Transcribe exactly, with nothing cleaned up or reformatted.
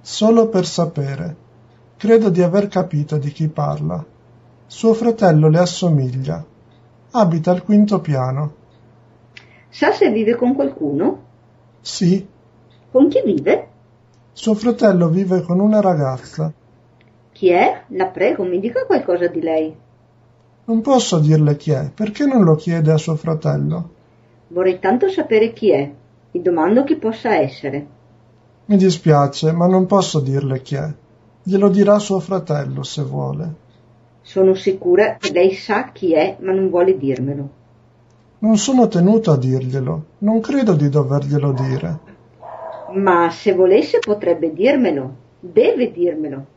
Solo per sapere. Credo di aver capito di chi parla. Suo fratello le assomiglia. Abita al quinto piano. Sa se vive con qualcuno? Sì. Con chi vive? Suo fratello vive con una ragazza. Chi è? La prego, mi dica qualcosa di lei. Non posso dirle chi è, perché non lo chiede a suo fratello? Vorrei tanto sapere chi è. Mi domando chi possa essere. Mi dispiace, ma non posso dirle chi è. Glielo dirà suo fratello, se vuole. Sono sicura che lei sa chi è, ma non vuole dirmelo. Non sono tenuto a dirglielo. Non credo di doverglielo dire. Ma se volesse potrebbe dirmelo. Deve dirmelo.